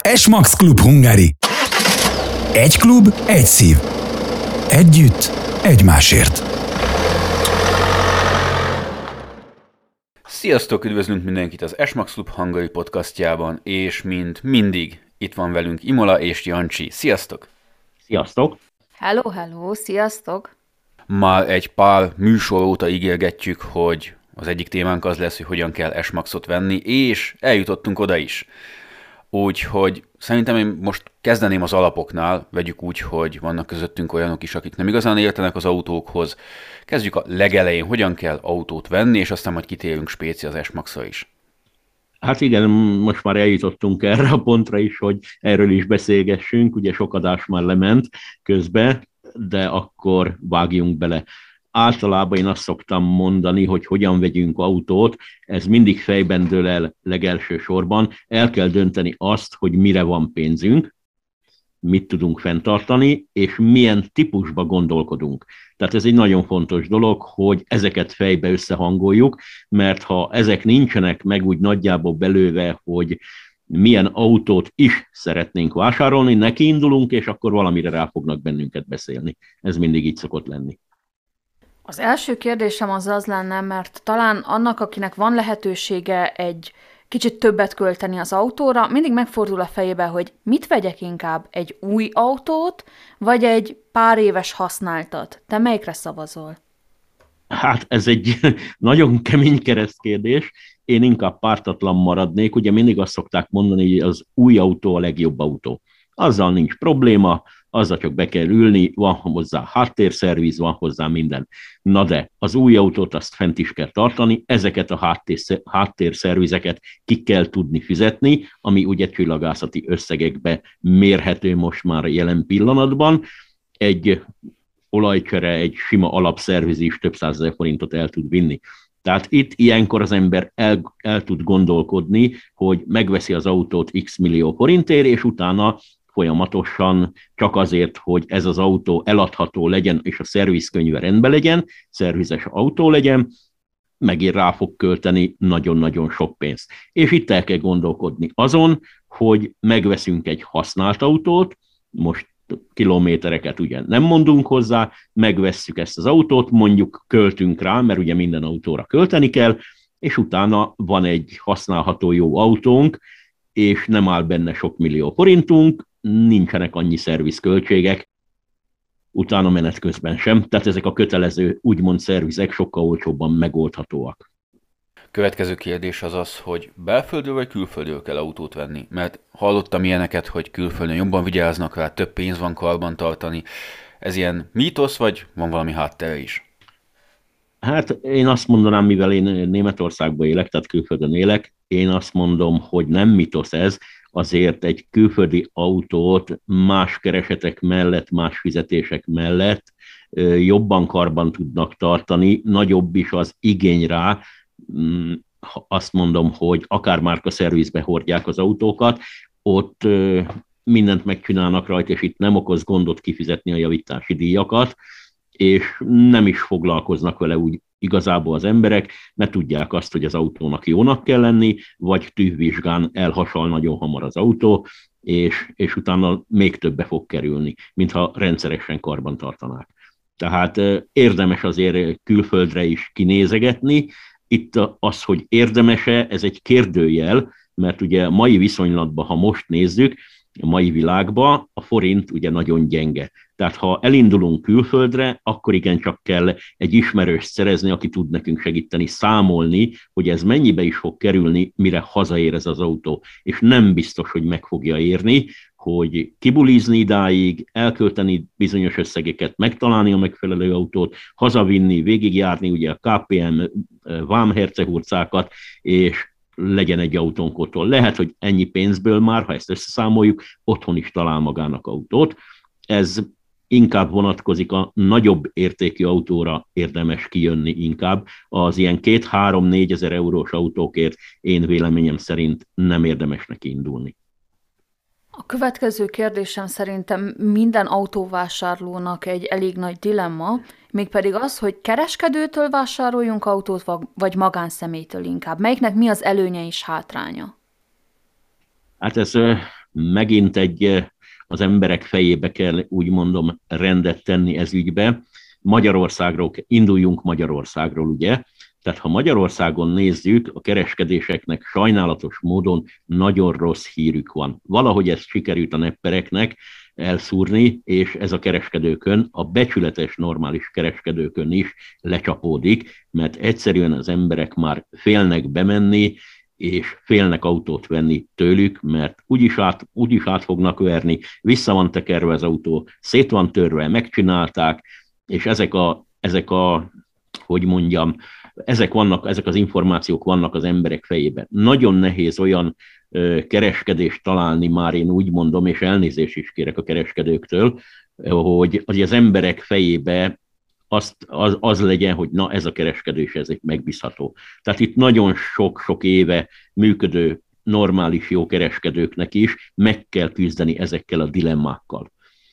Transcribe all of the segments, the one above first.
S-Max Klub Hungary. Egy klub, egy szív. Együtt, egymásért. Sziasztok, üdvözlünk mindenkit az S-Max Klub Hungary podcastjában, és mint mindig itt van velünk Imola és Jancsi. Sziasztok! Sziasztok! Hello, sziasztok! Már egy pár műsor óta ígérgetjük, hogy az egyik témánk az lesz, hogy hogyan kell S-Maxot venni, és eljutottunk oda is. Úgyhogy szerintem én most kezdeném az alapoknál, vegyük úgy, hogy vannak közöttünk olyanok is, akik nem igazán értenek az autókhoz. Kezdjük a legelején, hogyan kell autót venni, és aztán majd kitérünk spéci az S-Maxra is. Hát igen, most már eljutottunk erre a pontra is, hogy erről is beszélgessünk, ugye sok adás már lement közbe, de akkor vágjunk bele. Általában én azt szoktam mondani, hogy hogyan vegyünk autót, ez mindig fejben dől el legelső sorban. El kell dönteni azt, hogy mire van pénzünk, mit tudunk fenntartani, és milyen típusba gondolkodunk. Tehát ez egy nagyon fontos dolog, hogy ezeket fejbe összehangoljuk, mert ha ezek nincsenek meg úgy nagyjából belőve, hogy milyen autót is szeretnénk vásárolni, neki indulunk, és akkor valamire rá fognak bennünket beszélni. Ez mindig így szokott lenni. Az első kérdésem az lenne, mert talán annak, akinek van lehetősége egy kicsit többet költeni az autóra, mindig megfordul a fejébe, hogy mit vegyek inkább, egy új autót, vagy egy pár éves használtat. Te melyikre szavazol? Hát ez egy nagyon kemény keresztkérdés. Én inkább pártatlan maradnék. Ugye mindig azt szokták mondani, hogy az új autó a legjobb autó. Azzal nincs probléma, azzal csak be kell ülni, van hozzá háttérszerviz, van hozzá minden. Na de az új autót azt fent is kell tartani, ezeket a háttérszervizeket ki kell tudni fizetni, ami ugye csillagászati összegekbe mérhető most már jelen pillanatban. Egy olajcsere, egy sima alapszerviz is több százezer forintot el tud vinni. Tehát itt ilyenkor az ember el tud gondolkodni, hogy megveszi az autót x millió forintért, és utána folyamatosan csak azért, hogy ez az autó eladható legyen, és a szervizkönyve rendben legyen, szervizes autó legyen, megint rá fog költeni nagyon-nagyon sok pénzt. És itt el kell gondolkodni azon, hogy megveszünk egy használt autót, most kilométereket ugye nem mondunk hozzá, megvesszük ezt az autót, mondjuk költünk rá, mert ugye minden autóra költeni kell, és utána van egy használható jó autónk, és nem áll benne sok millió forintunk, nincsenek annyi szervizköltségek, utána menet közben sem, tehát ezek a kötelező úgymond szervizek sokkal olcsóbban megoldhatóak. Következő kérdés az, hogy belföldről vagy külföldről kell autót venni? Mert hallottam ilyeneket, hogy külföldön jobban vigyáznak rá, több pénz van karban tartani. Ez ilyen mítosz, vagy van valami háttere is? Hát én azt mondanám, mivel én Németországban élek, tehát külföldön élek, én azt mondom, hogy nem mítosz ez, azért egy külföldi autót más keresetek mellett, más fizetések mellett jobban karban tudnak tartani, nagyobb is az igény rá, azt mondom, hogy akár márka szervizbe hordják az autókat, ott mindent megcsinálnak rajta, és itt nem okoz gondot kifizetni a javítási díjakat, és nem is foglalkoznak vele úgy igazából az emberek, mert tudják azt, hogy az autónak jónak kell lenni, vagy tűvvizsgán elhasal nagyon hamar az autó, és utána még többe fog kerülni, mintha rendszeresen karban tartanák. Tehát érdemes azért külföldre is kinézegetni. Itt az, hogy érdemese, ez egy kérdőjel, mert ugye a mai viszonylatban, ha most nézzük, a mai világban a forint ugye nagyon gyenge. Tehát ha elindulunk külföldre, akkor igencsak kell egy ismerőst szerezni, aki tud nekünk segíteni számolni, hogy ez mennyibe is fog kerülni, mire hazaér ez az autó. És nem biztos, hogy meg fogja érni, hogy kibulizni idáig, elkölteni bizonyos összegeket, megtalálni a megfelelő autót, hazavinni, végigjárni ugye a KPM vámhercegurcákat, és legyen egy autónk otthon. Lehet, hogy ennyi pénzből már, ha ezt összeszámoljuk, otthon is talál magának autót. Ez inkább vonatkozik a nagyobb értékű autóra, érdemes kijönni inkább. Az ilyen 2-3-4 ezer eurós autókért én véleményem szerint nem érdemes neki indulni. A következő kérdésem szerintem minden autóvásárlónak egy elég nagy dilemma, mégpedig az, hogy kereskedőtől vásároljunk autót, vagy magánszemélytől inkább. Melyiknek mi az előnye és hátránya? Hát ez megint az emberek fejébe kell, úgy mondom, rendet tenni ez ügybe. Induljunk Magyarországról, ugye? Tehát ha Magyarországon nézzük, a kereskedéseknek sajnálatos módon nagyon rossz hírük van. Valahogy ezt sikerült a neppereknek elszúrni, és ez a kereskedőkön, a becsületes, normális kereskedőkön is lecsapódik, mert egyszerűen az emberek már félnek bemenni, és félnek autót venni tőlük, mert úgyis át fognak verni, vissza van tekerve az autó, szét van törve, megcsinálták, és ezek az információk vannak az emberek fejében. Nagyon nehéz olyan kereskedést találni, már én úgy mondom, és elnézést is kérek a kereskedőktől, hogy az emberek fejébe az legyen, hogy na ez a kereskedés, ez egy megbízható. Tehát itt nagyon sok éve működő, normális, jó kereskedőknek is meg kell küzdeni ezekkel a dilemmákkal.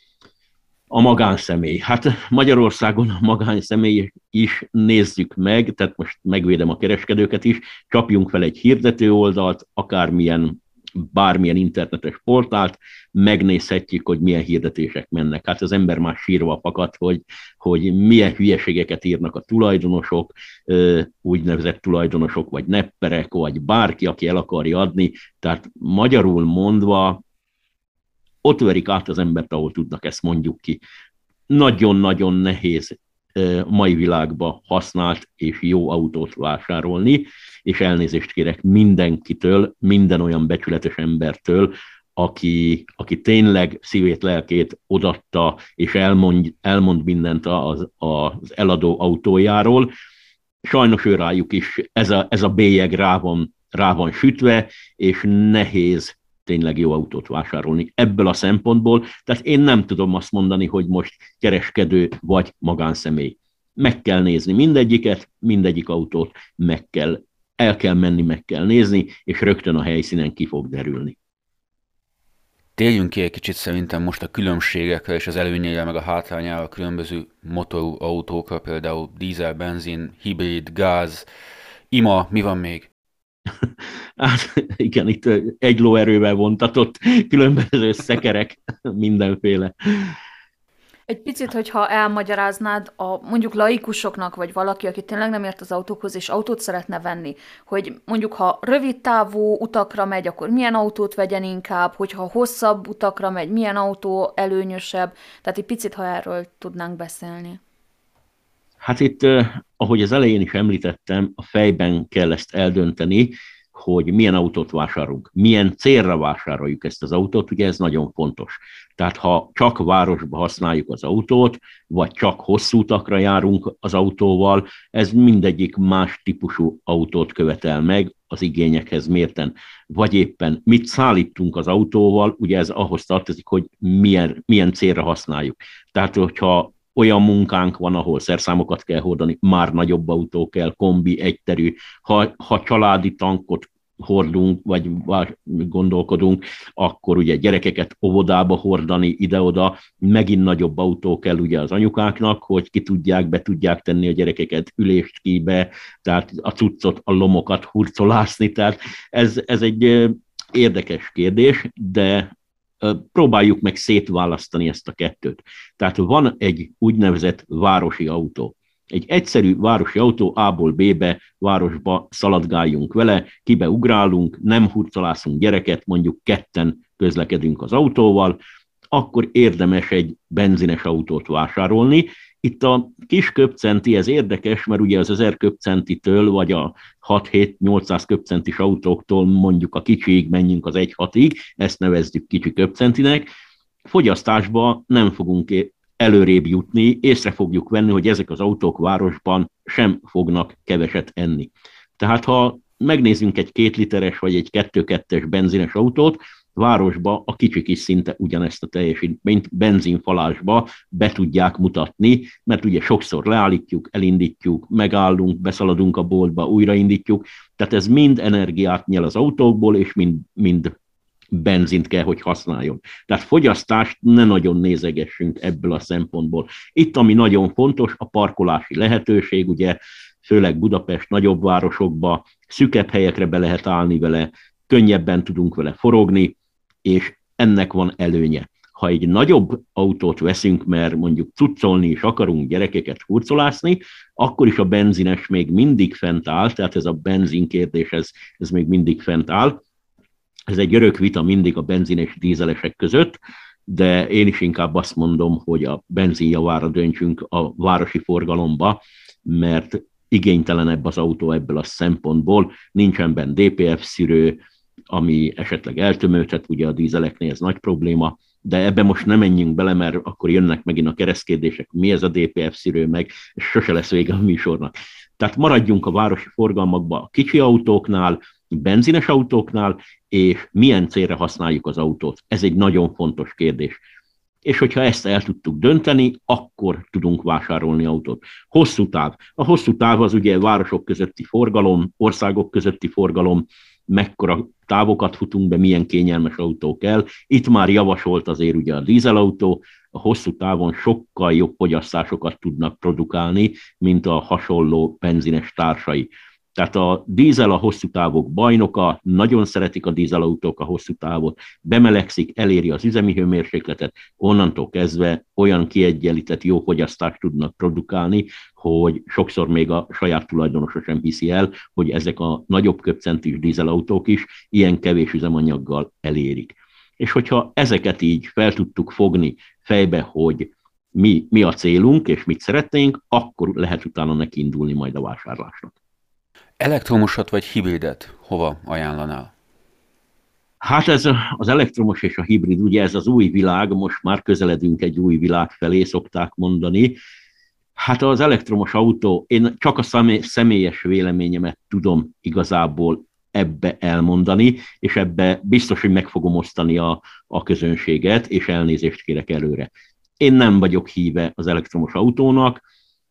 A magánszemély. Hát Magyarországon a magánszemély is nézzük meg, tehát most megvédem a kereskedőket is, csapjunk fel egy hirdető oldalt, bármilyen internetes portált, megnézhetjük, hogy milyen hirdetések mennek. Hát az ember már sírva fakad, hogy milyen hülyeségeket írnak a tulajdonosok, úgynevezett tulajdonosok, vagy nepperek, vagy bárki, aki el akarja adni. Tehát magyarul mondva, ott verik át az embert, ahol tudnak, ezt mondjuk ki. Nagyon-nagyon nehéz mai világban használt és jó autót vásárolni, és elnézést kérek mindenkitől, minden olyan becsületes embertől, aki tényleg szívét, lelkét odatta, és elmond mindent az eladó autójáról. Sajnos ő rájuk is ez a bélyeg rá van sütve, és nehéz tényleg jó autót vásárolni ebből a szempontból. Tehát én nem tudom azt mondani, hogy most kereskedő vagy magánszemély. Meg kell nézni mindegyiket, mindegyik autót el kell menni, meg kell nézni, és rögtön a helyszínen ki fog derülni. Térjünk ki egy kicsit szerintem most a különbségekre és az előnyeire meg a hátrányára a különböző motorú autókra, például dízel, benzin, hibrid, gáz, IMA, mi van még? Hát igen, itt egy lóerővel vontatott különböző szekerek, mindenféle. Egy picit, hogyha elmagyaráznád mondjuk laikusoknak, vagy valaki, aki tényleg nem ért az autókhoz, és autót szeretne venni, hogy mondjuk ha rövid távú utakra megy, akkor milyen autót vegyen inkább, hogyha hosszabb utakra megy, milyen autó előnyösebb, tehát egy picit, ha erről tudnánk beszélni. Hát itt, ahogy az elején is említettem, a fejben kell ezt eldönteni, hogy milyen autót vásárolunk, milyen célra vásároljuk ezt az autót, ugye ez nagyon fontos. Tehát ha csak városba használjuk az autót, vagy csak hosszú utakra járunk az autóval, ez mindegyik más típusú autót követel meg az igényekhez mérten. Vagy éppen mit szállítunk az autóval, ugye ez ahhoz tartozik, hogy milyen célra használjuk. Tehát hogyha olyan munkánk van, ahol szerszámokat kell hordani, már nagyobb autó kell, kombi, egyterű. Ha családi tankot hordunk, vagy gondolkodunk, akkor ugye gyerekeket óvodába hordani ide-oda, megint nagyobb autó kell ugye az anyukáknak, hogy be tudják tenni a gyerekeket ülést kibe, tehát a cuccot, a lomokat hurcolászni, tehát ez egy érdekes kérdés, de próbáljuk meg szétválasztani ezt a kettőt. Tehát van egy úgynevezett városi autó. Egy egyszerű városi autó A-ból B-be, városba szaladgáljunk vele, kibeugrálunk, nem hurcolászunk gyereket, mondjuk ketten közlekedünk az autóval, akkor érdemes egy benzines autót vásárolni. Itt a kis köbcenti, ez érdekes, mert ugye az 1000 köbcentitől, vagy a 6-7-800 köbcentis autóktól mondjuk a kicsiig menjünk az 1.6-ig, ezt nevezzük kicsi köbcentinek. Fogyasztásba nem fogunk előrébb jutni, észre fogjuk venni, hogy ezek az autók városban sem fognak keveset enni. Tehát ha megnézzünk egy 2 literes vagy egy 2.2-es benzines autót, városba a kicsik is szinte ugyanezt a teljesítményt benzinfalásba be tudják mutatni, mert ugye sokszor leállítjuk, elindítjuk, megállunk, beszaladunk a boltba, újraindítjuk, tehát ez mind energiát nyel az autókból, és mind benzint kell, hogy használjon. Tehát fogyasztást ne nagyon nézegessünk ebből a szempontból. Itt, ami nagyon fontos, a parkolási lehetőség, ugye főleg Budapest nagyobb városokba, szükebb helyekre be lehet állni vele, könnyebben tudunk vele forogni, és ennek van előnye. Ha egy nagyobb autót veszünk, mert mondjuk cuccolni is akarunk, gyerekeket hurcolászni, akkor is a benzines még mindig fent áll, tehát ez a benzinkérdés, ez még mindig fent áll. Ez egy örök vita mindig a benzines dízelesek között, de én is inkább azt mondom, hogy a benzin javára döntsünk a városi forgalomba, mert igénytelenebb az autó ebből a szempontból, nincsen benne DPF-szűrő, ami esetleg eltömődhet, ugye a dízeleknél ez nagy probléma, de ebbe most nem menjünk bele, mert akkor jönnek megint a keresztkérdések, mi ez a DPF-szűrő meg, és sose lesz vége a műsornak. Tehát maradjunk a városi forgalmakba a kicsi autóknál, benzines autóknál, és milyen célra használjuk az autót. Ez egy nagyon fontos kérdés. És hogyha ezt el tudtuk dönteni, akkor tudunk vásárolni autót. Hosszú táv. A hosszú táv az ugye városok közötti forgalom, országok közötti forgalom, mekkora távokat futunk be, milyen kényelmes autó kell. Itt már javasolt azért ugye a dízelautó, a hosszú távon sokkal jobb fogyasztásokat tudnak produkálni, mint a hasonló benzines társai. Tehát a dízel a hosszú távok bajnoka, nagyon szeretik a dízelautók a hosszú távot, bemelegszik, eléri az üzemi hőmérsékletet, onnantól kezdve olyan kiegyenlített jó fogyasztást tudnak produkálni, hogy sokszor még a saját tulajdonosa sem hiszi el, hogy ezek a nagyobb köbcentis dízelautók is ilyen kevés üzemanyaggal elérik. És hogyha ezeket így fel tudtuk fogni fejbe, hogy mi a célunk és mit szeretnénk, akkor lehet utána nekiindulni majd a vásárlásnak. Elektromosat vagy hibridet hova ajánlanál? Hát ez az elektromos és a hibrid, ugye ez az új világ, most már közeledünk egy új világ felé, szokták mondani. Hát az elektromos autó, én csak a személyes véleményemet tudom igazából ebbe elmondani, és ebbe biztos, hogy meg fogom osztani a közönséget, és elnézést kérek előre. Én nem vagyok híve az elektromos autónak,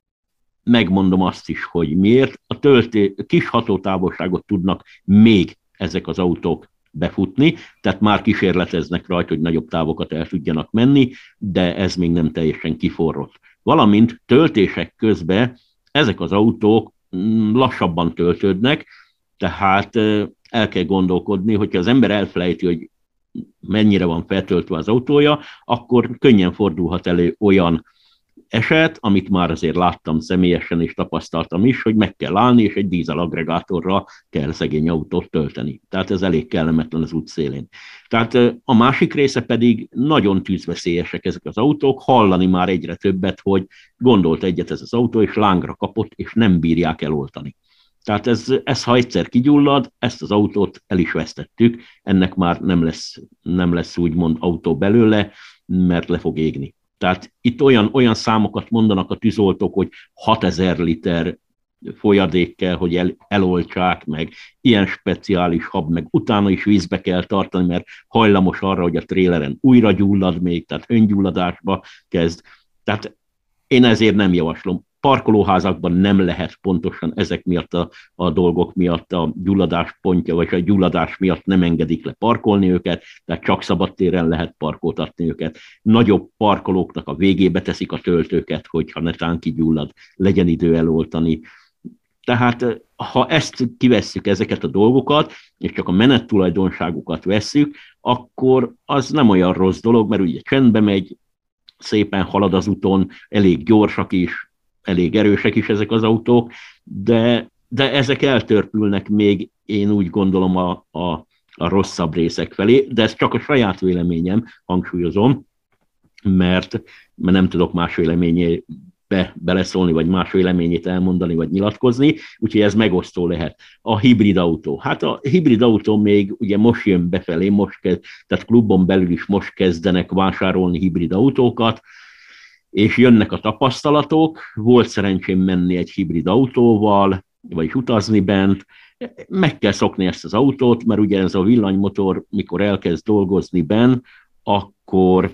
megmondom azt is, hogy miért. A kis hatótávolságot tudnak még ezek az autók befutni, tehát már kísérleteznek rajta, hogy nagyobb távokat el tudjanak menni, de ez még nem teljesen kiforrott. Valamint töltések közben ezek az autók lassabban töltődnek, tehát el kell gondolkodni, hogyha az ember elfelejti, hogy mennyire van feltöltve az autója, akkor könnyen fordulhat elő olyan eset, amit már azért láttam személyesen és tapasztaltam is, hogy meg kell állni, és egy dízelaggregátorra kell szegény autót tölteni. Tehát ez elég kellemetlen az útszélén. Tehát a másik része pedig nagyon tűzveszélyesek ezek az autók, hallani már egyre többet, hogy gondolt egyet ez az autó, és lángra kapott, és nem bírják eloltani. Tehát ez ha egyszer kigyullad, ezt az autót el is vesztettük, ennek már nem lesz úgymond autó belőle, mert le fog égni. Tehát itt olyan számokat mondanak a tűzoltók, hogy 6000 liter folyadék kell, hogy eloltsák, meg ilyen speciális hab, meg utána is vízbe kell tartani, mert hajlamos arra, hogy a tréleren újra gyullad még, tehát öngyulladásba kezd. Tehát én ezért nem javaslom. Parkolóházakban nem lehet pontosan ezek miatt a dolgok miatt a gyulladás pontja, vagy a gyulladás miatt nem engedik le parkolni őket, tehát csak szabadtéren lehet parkoltatni őket. Nagyobb parkolóknak a végébe teszik a töltőket, hogyha netán kigyullad, legyen idő eloltani. Tehát ha ezt kivesszük, ezeket a dolgokat, és csak a menettulajdonságokat vesszük, akkor az nem olyan rossz dolog, mert ugye csendbe megy, szépen halad az úton, elég gyorsak is, elég erősek is ezek az autók, de ezek eltörpülnek még, én úgy gondolom, a rosszabb részek felé, de ez csak a saját véleményem, hangsúlyozom, mert nem tudok más véleményébe beleszólni, vagy más véleményét elmondani, vagy nyilatkozni, úgyhogy ez megosztó lehet. A hibrid autó. Hát a hibrid autó még ugye most jön befelé, tehát klubon belül is most kezdenek vásárolni hibrid autókat, és jönnek a tapasztalatok, volt szerencsém menni egy hibrid autóval, vagy utazni bent, meg kell szokni ezt az autót, mert ugye ez a villanymotor, mikor elkezd dolgozni benn, akkor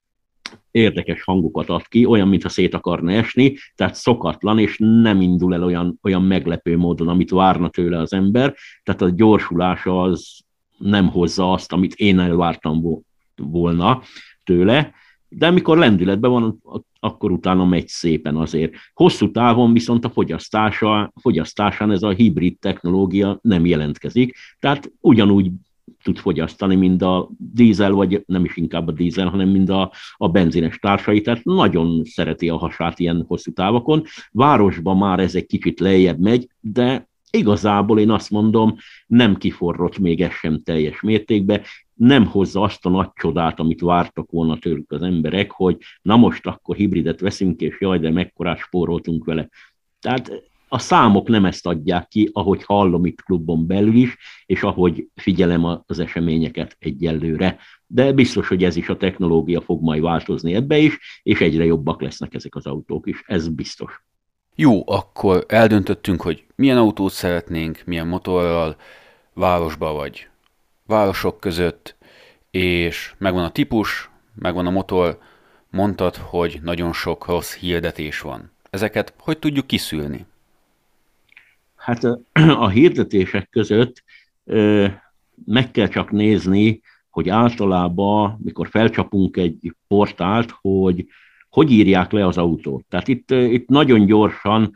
érdekes hangokat ad ki, olyan, mintha szét akarna esni, tehát szokatlan, és nem indul el olyan meglepő módon, amit várna tőle az ember, tehát a gyorsulása az nem hozza azt, amit én elvártam volna tőle, de amikor lendületben van, akkor utána megy szépen azért. Hosszú távon viszont a fogyasztásán ez a hibrid technológia nem jelentkezik, tehát ugyanúgy tud fogyasztani, mint a dízel, vagy nem is inkább a dízel, hanem mind a benzines társai, tehát nagyon szereti a hasát ilyen hosszú távokon. Városban már ez egy kicsit lejjebb megy, de igazából én azt mondom, nem kiforrott még ez sem teljes mértékben, nem hozza azt a nagy csodát, amit vártak volna tőlük az emberek, hogy na most akkor hibridet veszünk, és jaj, de mekkorát spóroltunk vele. Tehát a számok nem ezt adják ki, ahogy hallom itt klubon belül is, és ahogy figyelem az eseményeket egyelőre. De biztos, hogy ez is a technológia fog majd változni ebbe is, és egyre jobbak lesznek ezek az autók is, ez biztos. Jó, akkor eldöntöttünk, hogy milyen autót szeretnénk, milyen motorral, városba vagy városok között, és megvan a típus, megvan a motor, mondtad, hogy nagyon sok rossz hirdetés van. Ezeket hogy tudjuk kiszűrni? Hát a hirdetések között meg kell csak nézni, hogy általában, mikor felcsapunk egy portált, hogy írják le az autót. Tehát itt nagyon gyorsan,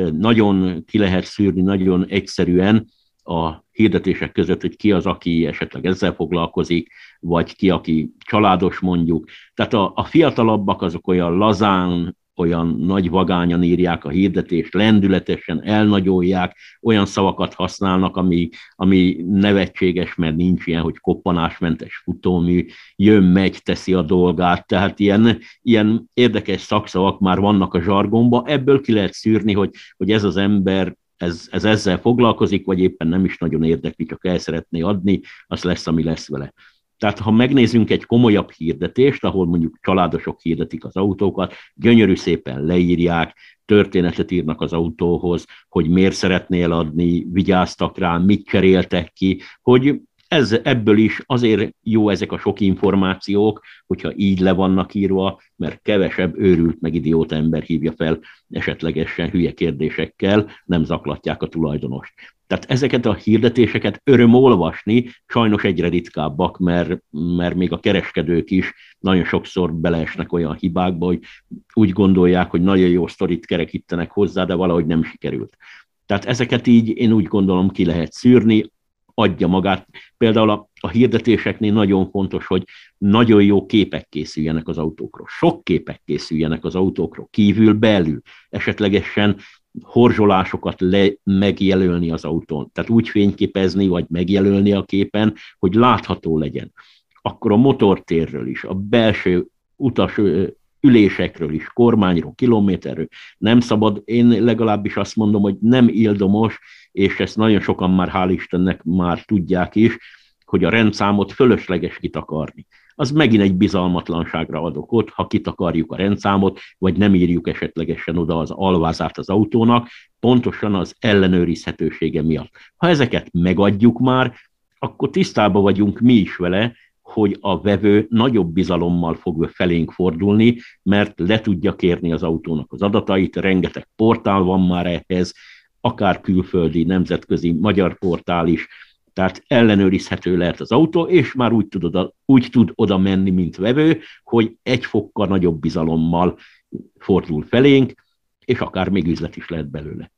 nagyon ki lehet szűrni, nagyon egyszerűen a hirdetések között, hogy ki az, aki esetleg ezzel foglalkozik, vagy ki, aki családos mondjuk. Tehát a fiatalabbak azok olyan lazán, olyan nagy vagányan írják a hirdetést, lendületesen elnagyolják, olyan szavakat használnak, ami nevetséges, mert nincs ilyen, hogy koppanásmentes futómű, jön, megy, teszi a dolgát, tehát ilyen érdekes szakszavak már vannak a zsargonban, ebből ki lehet szűrni, hogy ez az ember ez ezzel foglalkozik, vagy éppen nem is nagyon érdekli, csak el szeretné adni, az lesz, ami lesz vele. Tehát ha megnézzünk egy komolyabb hirdetést, ahol mondjuk családosok hirdetik az autókat, gyönyörű szépen leírják, történetet írnak az autóhoz, hogy miért szeretnél adni, vigyáztak rá, mit cseréltek ki, hogy ebből is azért jó ezek a sok információk, hogyha így le vannak írva, mert kevesebb őrült meg idióta ember hívja fel esetlegesen hülye kérdésekkel, nem zaklatják a tulajdonost. Tehát ezeket a hirdetéseket öröm olvasni, sajnos egyre ritkábbak, mert még a kereskedők is nagyon sokszor beleesnek olyan hibákba, hogy úgy gondolják, hogy nagyon jó sztorit kerekítenek hozzá, de valahogy nem sikerült. Tehát ezeket így én úgy gondolom ki lehet szűrni, adja magát. Például a hirdetéseknél nagyon fontos, hogy nagyon jó képek készüljenek az autókról. Sok képek készüljenek az autókról, kívül, belül. Esetlegesen horzsolásokat megjelölni az autón. Tehát úgy fényképezni, vagy megjelölni a képen, hogy látható legyen. Akkor a motortérről is, a belső utas ülésekről is, kormányról, kilométerről nem szabad. Én legalábbis azt mondom, hogy nem ildomos, és ezt nagyon sokan már hál' Istennek már tudják is, hogy a rendszámot fölösleges kitakarni. Az megint egy bizalmatlanságra ad okot, ha kitakarjuk a rendszámot, vagy nem írjuk esetlegesen oda az alvázát az autónak, pontosan az ellenőrizhetősége miatt. Ha ezeket megadjuk már, akkor tisztában vagyunk mi is vele, hogy a vevő nagyobb bizalommal fog felénk fordulni, mert le tudja kérni az autónak az adatait, rengeteg portál van már ehhez, akár külföldi, nemzetközi, magyar portál is, tehát ellenőrizhető lehet az autó, és már úgy tud oda menni, mint vevő, hogy egy fokkal nagyobb bizalommal fordul felénk, és akár még üzlet is lehet belőle.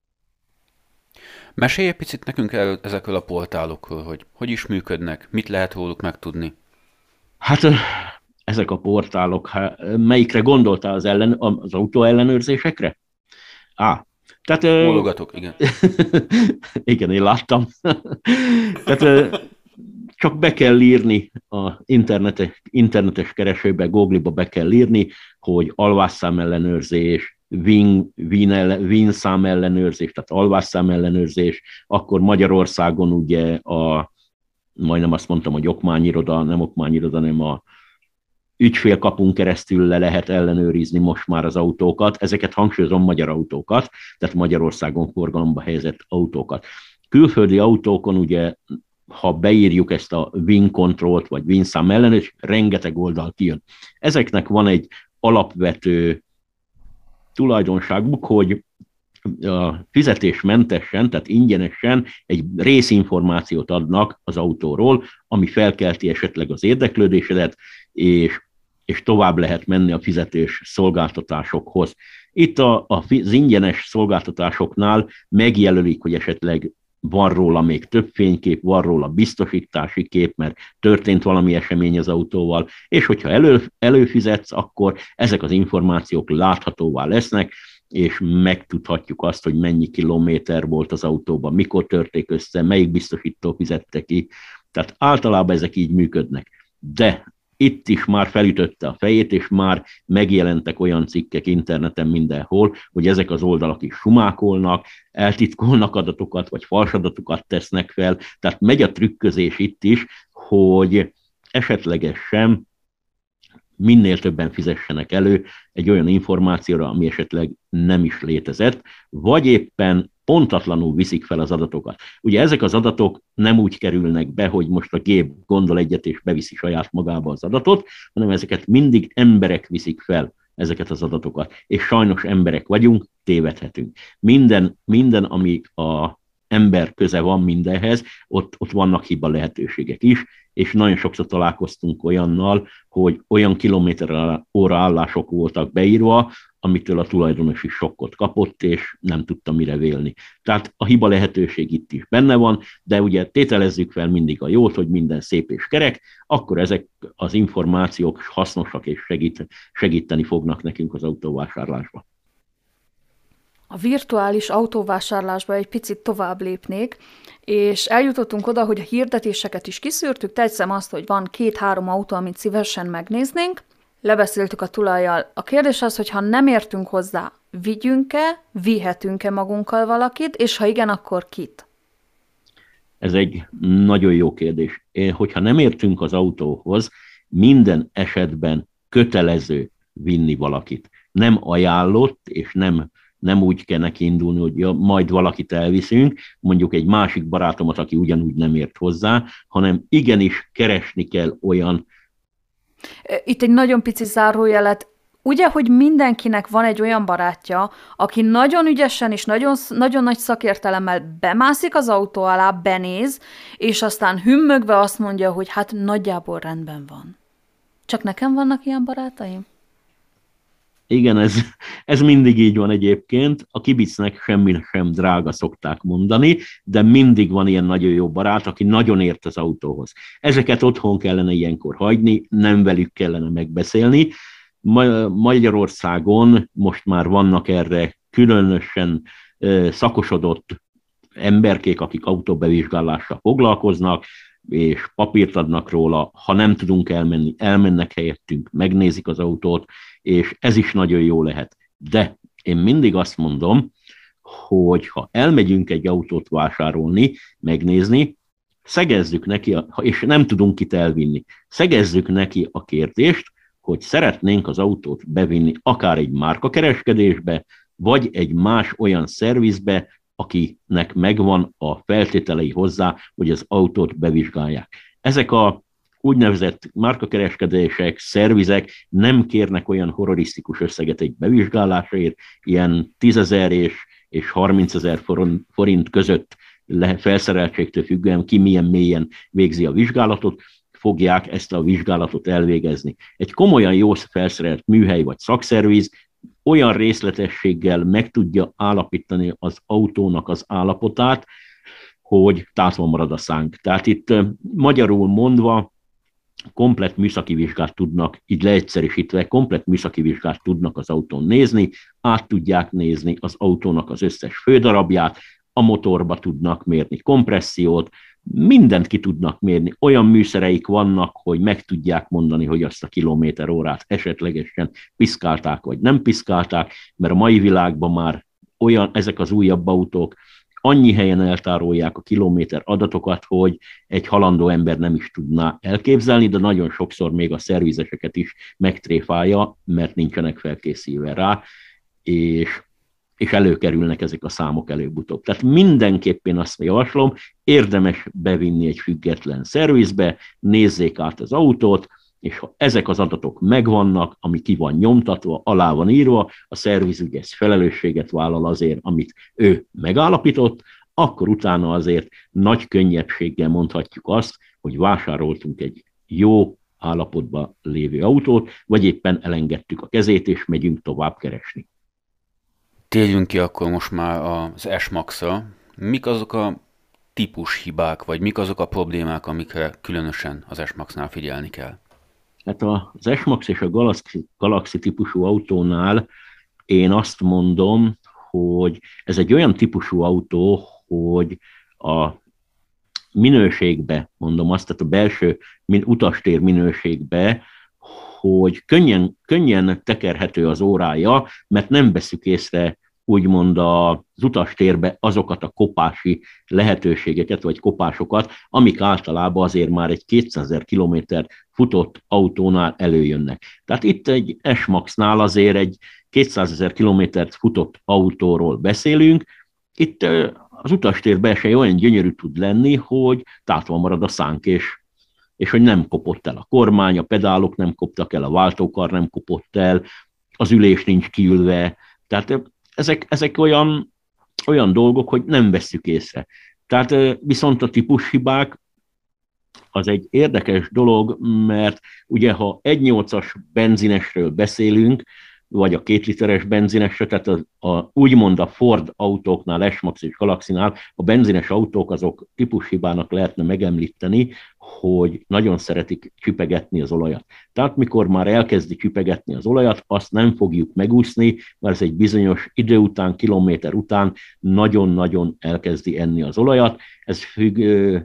Mesélj egy picit nekünk ezekről a portálokról, hogy is működnek, mit lehet róluk megtudni? Hát ezek a portálok, melyikre gondoltál az autó ellenőrzésekre? Tehát, bólogatok, igen. Igen, én láttam. Tehát csak be kell írni a internetes keresőbe, Google-ba be kell írni, hogy alvásszám ellenőrzés, VIN szám ellenőrzés, tehát alvásszám ellenőrzés, akkor Magyarországon ugye majdnem azt mondtam, hogy okmányiroda, nem a ügyfélkapun keresztül le lehet ellenőrizni most már az autókat, ezeket hangsúlyozom magyar autókat, tehát Magyarországon forgalomba helyezett autókat. Külföldi autókon ugye, ha beírjuk ezt a VIN kontrollt, vagy VIN szám ellenőrzést, rengeteg oldal kijön. Ezeknek van egy alapvető tulajdonságuk, hogy a fizetésmentesen, tehát ingyenesen egy részinformációt adnak az autóról, ami felkelti esetleg az érdeklődésedet, és tovább lehet menni a fizetés szolgáltatásokhoz. Itt az ingyenes szolgáltatásoknál megjelölik, hogy esetleg van róla még több fénykép, van róla biztosítási kép, mert történt valami esemény az autóval, és hogyha előfizetsz, akkor ezek az információk láthatóvá lesznek, és megtudhatjuk azt, hogy mennyi kilométer volt az autóban, mikor törték össze, melyik biztosító fizette ki. Tehát általában ezek így működnek. De itt is már felütötte a fejét, és már megjelentek olyan cikkek interneten mindenhol, hogy ezek az oldalak is sumákolnak, eltitkolnak adatokat, vagy fals adatokat tesznek fel. Tehát megy a trükközés itt is, hogy esetlegesen minél többen fizessenek elő egy olyan információra, ami esetleg nem is létezett, vagy éppen pontatlanul viszik fel az adatokat. Ugye ezek az adatok nem úgy kerülnek be, hogy most a gép gondol egyet és beviszi saját magába az adatot, hanem ezeket mindig emberek viszik fel, ezeket az adatokat. És sajnos emberek vagyunk, tévedhetünk. Minden ami a ember köze van mindenhez, ott vannak hiba lehetőségek is, és nagyon sokszor találkoztunk olyannal, hogy olyan kilométer-óra állások voltak beírva, amitől a tulajdonos is sokkot kapott, és nem tudta mire vélni. Tehát a hiba lehetőség itt is benne van, de ugye tételezzük fel mindig a jót, hogy minden szép és kerek, akkor ezek az információk hasznosak és segíteni fognak nekünk az autóvásárlásban. A virtuális autóvásárlásba egy picit tovább lépnék, és eljutottunk oda, hogy a hirdetéseket is kiszűrtük, tetszem azt, hogy van 2-3 autó, amit szívesen megnéznénk, lebeszéltük a tulajjal. A kérdés az, hogy ha nem értünk hozzá, vigyünk-e, vihetünk-e magunkkal valakit, és ha igen, akkor kit? Ez egy nagyon jó kérdés. Hogyha nem értünk az autóhoz, minden esetben kötelező vinni valakit. Nem ajánlott, és nem úgy kell neki indulni, hogy majd valakit elviszünk, mondjuk egy másik barátomat, aki ugyanúgy nem ért hozzá, hanem igenis keresni kell olyan. Itt egy nagyon pici zárójelet. Ugye, hogy mindenkinek van egy olyan barátja, aki nagyon ügyesen és nagyon, nagyon nagy szakértelemmel bemászik az autó alá, benéz, és aztán hümmögve azt mondja, hogy hát nagyjából rendben van. Csak nekem vannak ilyen barátaim? Igen, ez mindig így van egyébként. A kibicnek semmi sem drága, szokták mondani, de mindig van ilyen nagyon jó barát, aki nagyon ért az autóhoz. Ezeket otthon kellene ilyenkor hagyni, nem velük kellene megbeszélni. Magyarországon most már vannak erre különösen szakosodott emberkék, akik autóbevizsgálással foglalkoznak, és papírt adnak róla, ha nem tudunk elmenni, elmennek helyettünk, megnézik az autót, és ez is nagyon jó lehet. De én mindig azt mondom, hogy ha elmegyünk egy autót vásárolni, megnézni, szegezzük neki, és nem tudunk itt elvinni, szegezzük neki a kérdést, hogy szeretnénk az autót bevinni akár egy márkakereskedésbe, vagy egy más olyan szervizbe, akinek megvan a feltételei hozzá, hogy az autót bevizsgálják. Ezek a úgynevezett márkakereskedések, szervizek nem kérnek olyan horrorisztikus összeget egy bevizsgálásért, ilyen 10 000 és 30 000 forint között felszereltségtől függően, ki milyen mélyen végzi a vizsgálatot, fogják ezt a vizsgálatot elvégezni. Egy komolyan jó felszerelt műhely vagy szakszerviz olyan részletességgel meg tudja állapítani az autónak az állapotát, hogy tátva marad a szánk. Tehát itt magyarul mondva komplett műszaki vizsgát tudnak, így leegyszerűsítve, komplett műszaki vizsgát tudnak az autón nézni, át tudják nézni az autónak az összes fődarabját, a motorba tudnak mérni kompressziót, mindent ki tudnak mérni. Olyan műszereik vannak, hogy meg tudják mondani, hogy azt a kilométerórát esetlegesen piszkálták, vagy nem piszkálták, mert a mai világban már ezek az újabb autók annyi helyen eltárolják a kilométer adatokat, hogy egy halandó ember nem is tudná elképzelni, de nagyon sokszor még a szervizeseket is megtréfálja, mert nincsenek felkészülve rá, és előkerülnek ezek a számok előbb-utóbb. Tehát mindenképpen azt javaslom, érdemes bevinni egy független szervizbe, nézzék át az autót, és ha ezek az adatok megvannak, ami ki van nyomtatva, alá van írva, a szervizügyész felelősséget vállal azért, amit ő megállapított, akkor utána azért nagy könnyebbséggel mondhatjuk azt, hogy vásároltunk egy jó állapotban lévő autót, vagy éppen elengedtük a kezét, és megyünk tovább keresni. Térjünk ki akkor most már az S-Max-ra. Mik azok a típushibák, vagy mik azok a problémák, amikre különösen az S-Max-nál figyelni kell? Hát az S-Max és a Galaxy típusú autónál én azt mondom, hogy ez egy olyan típusú autó, hogy a minőségbe, mondom azt, tehát a belső utastér minőségbe, hogy könnyen tekerhető az órája, mert nem veszük észre úgymond az utastérbe azokat a kopási lehetőségeket, vagy kopásokat, amik általában azért már egy 200 000 kilométer futott autónál előjönnek. Tehát itt egy S-Max-nál azért egy 200 000 kilométert futott autóról beszélünk, itt az utastér belseje olyan gyönyörű tud lenni, hogy tátva marad a szánk, és hogy nem kopott el a kormány, a pedálok nem koptak el, a váltókar nem kopott el, az ülés nincs kiülve. Tehát ezek olyan dolgok, hogy nem vesszük észre. Tehát viszont a típushibák az egy érdekes dolog, mert ugye ha 1.8-as benzinesről beszélünk, vagy a 2 literes benzinesről, tehát úgymond a Ford autóknál, S-Max és Galaxy-nál a benzines autók azok típushibának lehetne megemlíteni, hogy nagyon szeretik csipegetni az olajat. Tehát mikor már elkezdi csipegetni az olajat, azt nem fogjuk megúszni, mert ez egy bizonyos idő után, kilométer után nagyon-nagyon elkezdi enni az olajat. Ez függ,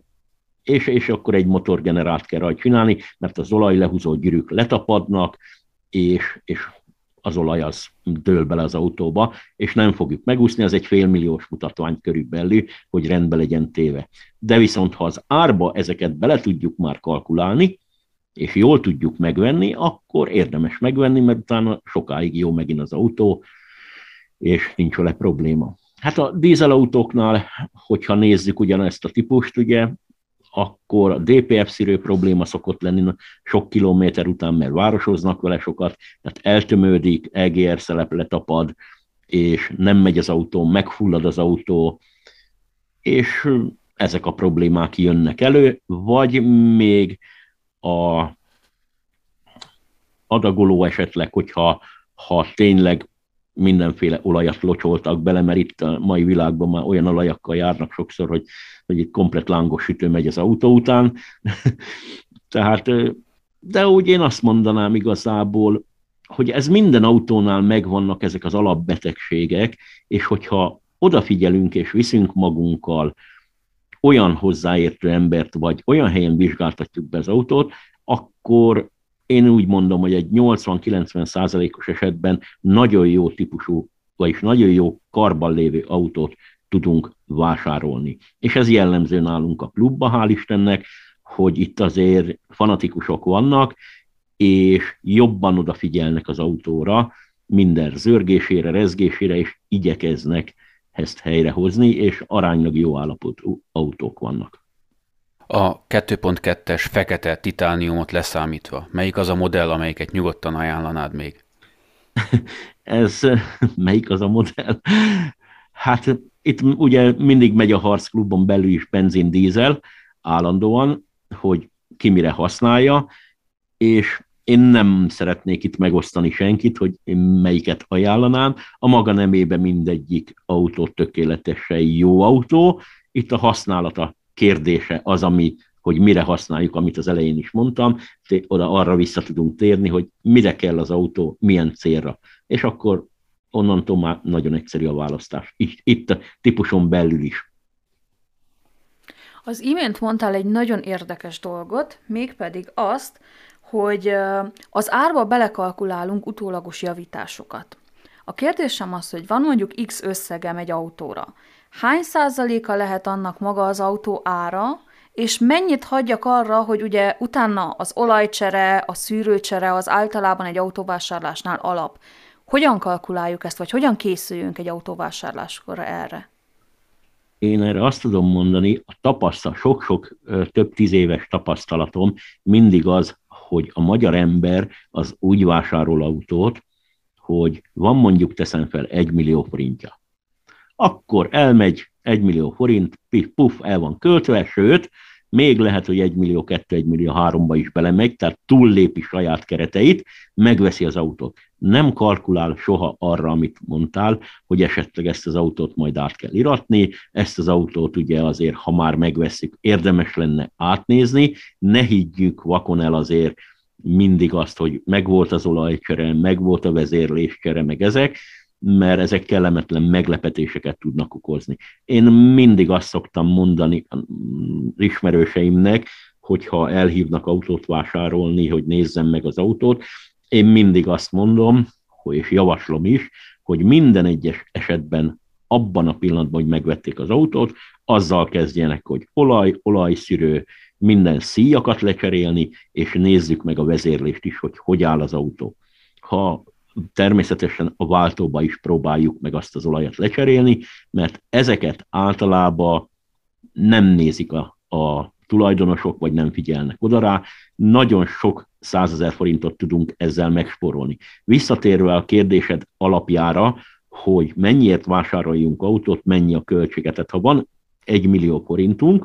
és akkor egy motorgenerált kell rajta csinálni, mert az olajlehúzó gyűrűk letapadnak, és az olaj az dől bele az autóba, és nem fogjuk megúszni, ez egy félmilliós mutatvány körülbelül, hogy rendbe legyen téve. De viszont, ha az árba ezeket bele tudjuk már kalkulálni, és jól tudjuk megvenni, akkor érdemes megvenni, mert utána sokáig jó megint az autó, és nincs vele probléma. Hát a dízelautóknál, hogyha nézzük ugyanezt a típust, ugye, akkor a DPF-szűrő probléma szokott lenni sok kilométer után, mert városoznak vele sokat, tehát eltömődik, EGR szelep letapad, és nem megy az autó, megfullad az autó, és ezek a problémák jönnek elő, vagy még a adagoló esetleg, hogyha tényleg mindenféle olajat locsoltak bele, mert itt a mai világban már olyan olajakkal járnak sokszor, hogy itt komplet lángos sütő megy az autó után. Tehát, de úgy én azt mondanám igazából, hogy ez minden autónál megvannak ezek az alapbetegségek, és hogyha odafigyelünk és viszünk magunkkal olyan hozzáértő embert, vagy olyan helyen vizsgáltatjuk be az autót, akkor én úgy mondom, hogy egy 80-90%-os esetben nagyon jó típusú, vagyis nagyon jó karban lévő autót tudunk vásárolni. És ez jellemző nálunk a klubba, hál' Istennek, hogy itt azért fanatikusok vannak, és jobban odafigyelnek az autóra, minden zörgésére, rezgésére, és igyekeznek ezt helyrehozni, és aránylag jó állapotú autók vannak. A 2.2-es fekete titániumot leszámítva, melyik az a modell, amelyiket nyugodtan ajánlanád még? Melyik az a modell? Hát itt ugye mindig megy a harcklubon belül is benzin-dízel állandóan, hogy ki mire használja, és én nem szeretnék itt megosztani senkit, hogy én melyiket ajánlanám. A maga nemében mindegyik autó tökéletesen jó autó. Itt a használata kérdése az, hogy mire használjuk, amit az elején is mondtam, oda arra vissza tudunk térni, hogy mire kell az autó, milyen célra. És akkor onnantól már nagyon egyszerű a választás. Itt a típuson belül is. Az imént mondtál egy nagyon érdekes dolgot, mégpedig azt, hogy az árba belekalkulálunk utólagos javításokat. A kérdésem az, hogy van mondjuk X összegem egy autóra. Hány százaléka lehet annak maga az autó ára, és mennyit hagyjak arra, hogy ugye utána az olajcsere, a szűrőcsere az általában egy autóvásárlásnál alap. Hogyan kalkuláljuk ezt, vagy hogyan készüljünk egy autóvásárláskor erre? Én erre azt tudom mondani, sok-sok több 10 éves tapasztalatom mindig az, hogy a magyar ember az úgy vásárol autót, hogy van mondjuk, teszem fel, 1 millió forintja. Akkor elmegy 1 millió forint, puff, el van költve, sőt, még lehet, hogy 1 millió 2, 1 millió 3-ba is belemegy, tehát túllépi saját kereteit, megveszi az autót. Nem kalkulál soha arra, amit mondtál, hogy esetleg ezt az autót majd át kell iratni, ezt az autót ugye azért, ha már megveszik, érdemes lenne átnézni, ne higgyük vakon el azért mindig azt, hogy megvolt az olajcsere, megvolt a vezérléscsere, meg ezek, mert ezek kellemetlen meglepetéseket tudnak okozni. Én mindig azt szoktam mondani ismerőseimnek, hogyha elhívnak autót vásárolni, hogy nézzem meg az autót, én mindig azt mondom, és javaslom is, hogy minden egyes esetben abban a pillanatban, hogy megvették az autót, azzal kezdjenek, hogy olajszűrő, minden szíjakat lecserélni, és nézzük meg a vezérlést is, hogy áll az autó. Ha természetesen a váltóba is próbáljuk meg azt az olajat lecserélni, mert ezeket általában nem nézik a tulajdonosok, vagy nem figyelnek oda rá. Nagyon sok 100 000 forintot tudunk ezzel megspórolni. Visszatérve a kérdésed alapjára, hogy mennyiért vásároljunk autót, mennyi a költsége. Tehát ha van 1 millió forintunk,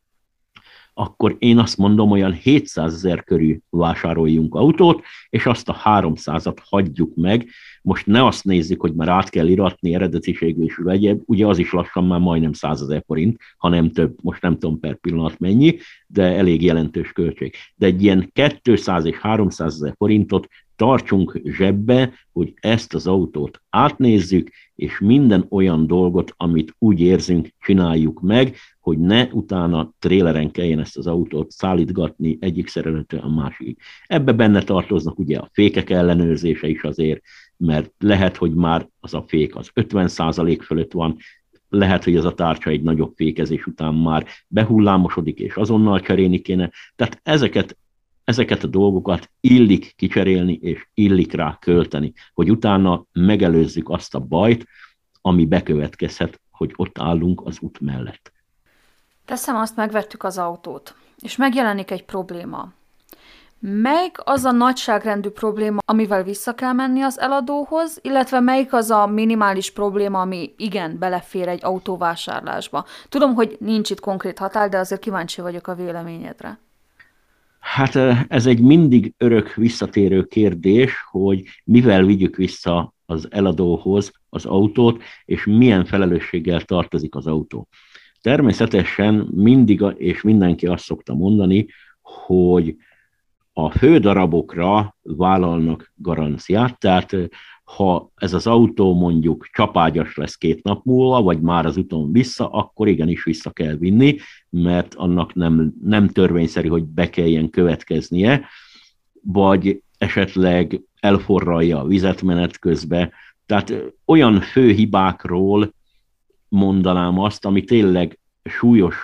akkor én azt mondom, olyan 700 000 körül vásároljunk autót, és azt a 300-at hagyjuk meg. Most ne azt nézzük, hogy már át kell iratni eredetiségű és egyéb, ugye az is lassan már majdnem 100 000 forint, ha nem több, most nem tudom per pillanat mennyi, de elég jelentős költség. De egy ilyen 200 és 300 000 forintot tartsunk zsebbe, hogy ezt az autót átnézzük, és minden olyan dolgot, amit úgy érzünk, csináljuk meg, hogy ne utána tréleren kelljen ezt az autót szállítgatni egyik szerelőtől a másikig. Ebbe benne tartoznak ugye a fékek ellenőrzése is azért, mert lehet, hogy már az a fék az 50% fölött van, lehet, hogy ez a tárcsa egy nagyobb fékezés után már behullámosodik, és azonnal cserélni kéne. Tehát ezeket a dolgokat illik kicserélni, és illik rá költeni, hogy utána megelőzzük azt a bajt, ami bekövetkezhet, hogy ott állunk az út mellett. Teszem azt, megvettük az autót, és megjelenik egy probléma. Melyik az a nagyságrendű probléma, amivel vissza kell menni az eladóhoz, illetve melyik az a minimális probléma, ami igen belefér egy autóvásárlásba? Tudom, hogy nincs itt konkrét határ, de azért kíváncsi vagyok a véleményedre. Hát ez egy mindig örök visszatérő kérdés, hogy mivel vigyük vissza az eladóhoz az autót, és milyen felelősséggel tartozik az autó. Természetesen mindig és mindenki azt szokta mondani, hogy a fődarabokra vállalnak garanciát, tehát ha ez az autó mondjuk csapágyas lesz 2 nap múlva, vagy már az úton vissza, akkor igenis vissza kell vinni, mert annak nem törvényszerű, hogy be kelljen következnie, vagy esetleg elforralja a vizet menet közben. Tehát olyan fő hibákról mondanám azt, ami tényleg súlyos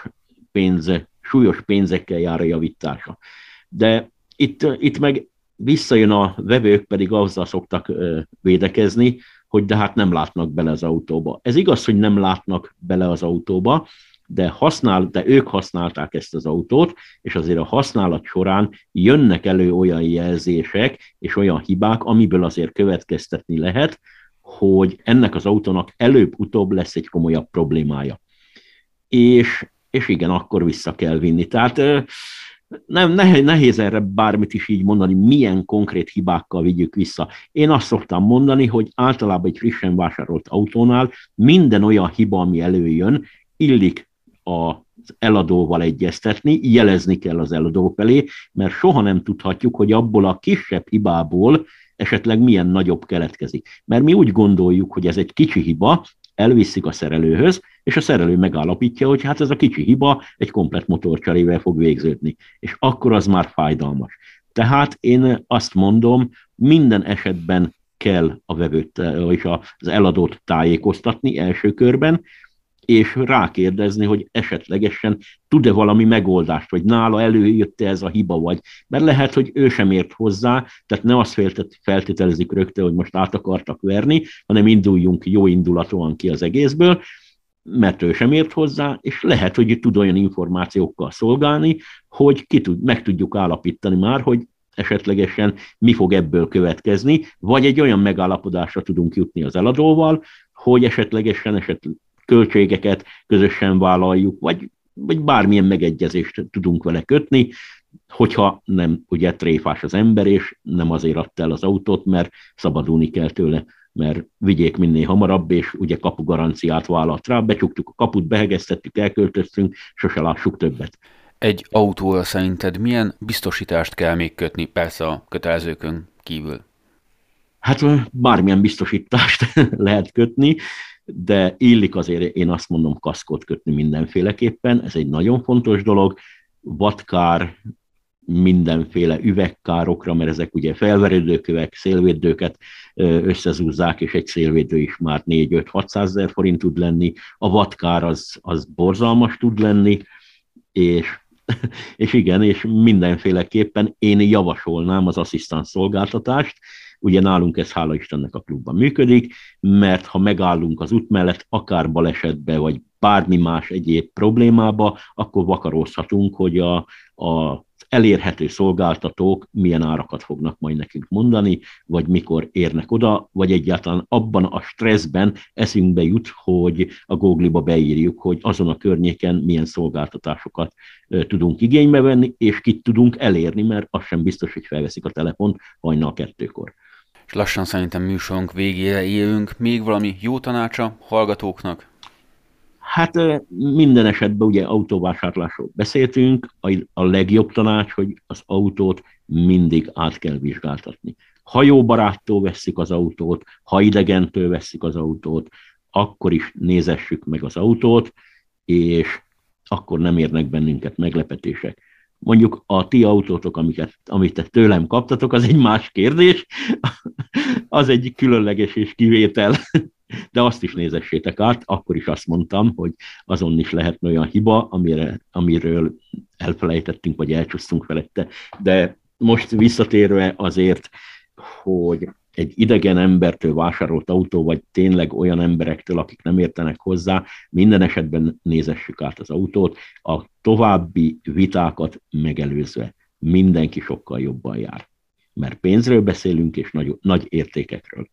pénzekkel jár a javítása. De itt meg visszajön a vevők, pedig azzal szoktak védekezni, hogy de hát nem látnak bele az autóba. Ez igaz, hogy nem látnak bele az autóba, de ők használták ezt az autót, és azért a használat során jönnek elő olyan jelzések és olyan hibák, amiből azért következtetni lehet, hogy ennek az autónak előbb-utóbb lesz egy komolyabb problémája. És igen, akkor vissza kell vinni. Tehát nehéz erre bármit is így mondani, milyen konkrét hibákkal vigyük vissza. Én azt szoktam mondani, hogy általában egy frissen vásárolt autónál minden olyan hiba, ami előjön, illik az eladóval egyeztetni, jelezni kell az eladó felé, mert soha nem tudhatjuk, hogy abból a kisebb hibából esetleg milyen nagyobb keletkezik. Mert mi úgy gondoljuk, hogy ez egy kicsi hiba, elviszik a szerelőhöz, és a szerelő megállapítja, hogy hát ez a kicsi hiba egy komplett motorcserével fog végződni, és akkor az már fájdalmas. Tehát én azt mondom, minden esetben kell a vevőt, és az eladót tájékoztatni első körben, és rákérdezni, hogy esetlegesen tud-e valami megoldást, vagy nála előjött-e ez a hiba, vagy. Mert lehet, hogy ő sem ért hozzá, tehát ne azt feltételezik rögtön, hogy most át akartak verni, hanem induljunk jó indulatúan ki az egészből, mert ő sem ért hozzá, és lehet, hogy tud olyan információkkal szolgálni, hogy meg tudjuk állapítani már, hogy esetlegesen mi fog ebből következni, vagy egy olyan megállapodásra tudunk jutni az eladóval, hogy esetlegesen költségeket közösen vállaljuk, vagy vagy bármilyen megegyezést tudunk vele kötni, hogyha nem ugye tréfás az ember, és nem azért adta el az autót, mert szabadulni kell tőle, mert vigyék minél hamarabb, és ugye kapugaranciát vállalt rá, becsuktuk a kaput, behegeztettük, elköltöztünk, sose lássuk többet. Egy autóval szerinted milyen biztosítást kell még kötni, persze a kötelezőkön kívül? Hát bármilyen biztosítást lehet kötni, de illik azért, én azt mondom, kaszkót kötni mindenféleképpen, ez egy nagyon fontos dolog, vadkár, mindenféle üvegkárokra, mert ezek ugye felverődőkövek, szélvédőket összezúzzák, és egy szélvédő is már 4-5-600 ezer forint tud lenni, a vadkár az borzalmas tud lenni, és igen, és mindenféleképpen én javasolnám az asszisztans szolgáltatást, ugye nálunk ez hála Istennek a klubban működik, mert ha megállunk az út mellett, akár balesetbe, vagy bármi más egyéb problémába, akkor vakarózhatunk, hogy a elérhető szolgáltatók milyen árakat fognak majd nekünk mondani, vagy mikor érnek oda, vagy egyáltalán abban a stresszben eszünkbe jut, hogy a Google-ba beírjuk, hogy azon a környéken milyen szolgáltatásokat tudunk igénybe venni, és kit tudunk elérni, mert az sem biztos, hogy felveszik a telefont hajnal 2-kor. És lassan szerintem műsorunk végére érünk. Még valami jó tanácsa hallgatóknak? Hát minden esetben ugye autóvásárlásról beszéltünk, a legjobb tanács, hogy az autót mindig át kell vizsgáltatni. Ha jó baráttól vesszük az autót, ha idegentől vesszük az autót, akkor is nézessük meg az autót, és akkor nem érnek bennünket meglepetések. Mondjuk a ti autótok, amit tőlem kaptatok, az egy más kérdés, az egy különleges és kivétel, de azt is nézessétek át, akkor is azt mondtam, hogy azon is lehetne olyan hiba, amiről elfelejtettünk, vagy elcsúsztunk felette. De most visszatérve azért, hogy egy idegen embertől vásárolt autó, vagy tényleg olyan emberektől, akik nem értenek hozzá, minden esetben nézessük át az autót, a további vitákat megelőzve mindenki sokkal jobban jár. Mert pénzről beszélünk, és nagy értékekről.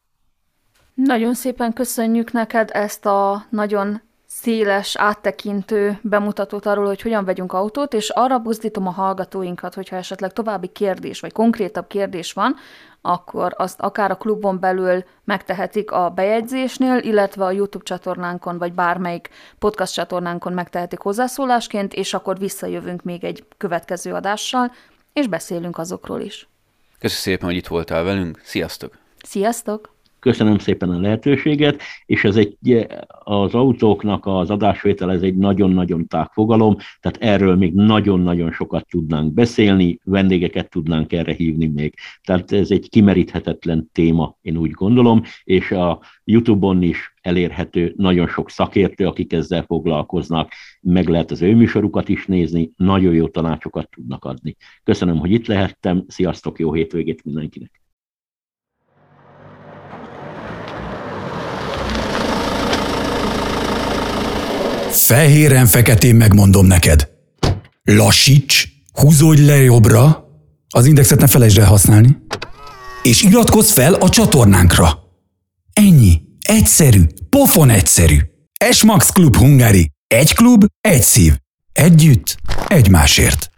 Nagyon szépen köszönjük neked ezt a nagyon széles, áttekintő bemutatót arról, hogy hogyan vegyünk autót, és arra buzdítom a hallgatóinkat, hogyha esetleg további kérdés, vagy konkrétabb kérdés van, akkor azt akár a klubon belül megtehetik a bejegyzésnél, illetve a YouTube csatornánkon, vagy bármelyik podcast csatornánkon megtehetik hozzászólásként, és akkor visszajövünk még egy következő adással, és beszélünk azokról is. Köszönöm szépen, hogy itt voltál velünk. Sziasztok! Sziasztok! Köszönöm szépen a lehetőséget, és az autóknak az adásvétel, ez egy nagyon-nagyon tág fogalom, tehát erről még nagyon-nagyon sokat tudnánk beszélni, vendégeket tudnánk erre hívni még. Tehát ez egy kimeríthetetlen téma, én úgy gondolom, és a YouTube-on is elérhető nagyon sok szakértő, akik ezzel foglalkoznak, meg lehet az ő műsorukat is nézni, nagyon jó tanácsokat tudnak adni. Köszönöm, hogy itt lehettem, sziasztok, jó hétvégét mindenkinek! Fehéren-feketén megmondom neked. Lassíts, húzódj le jobbra, az indexet ne felejtsd el használni, és iratkozz fel a csatornánkra. Ennyi. Egyszerű, pofon egyszerű. S-Max Klub Hungary. Egy klub, egy szív. Együtt, egymásért.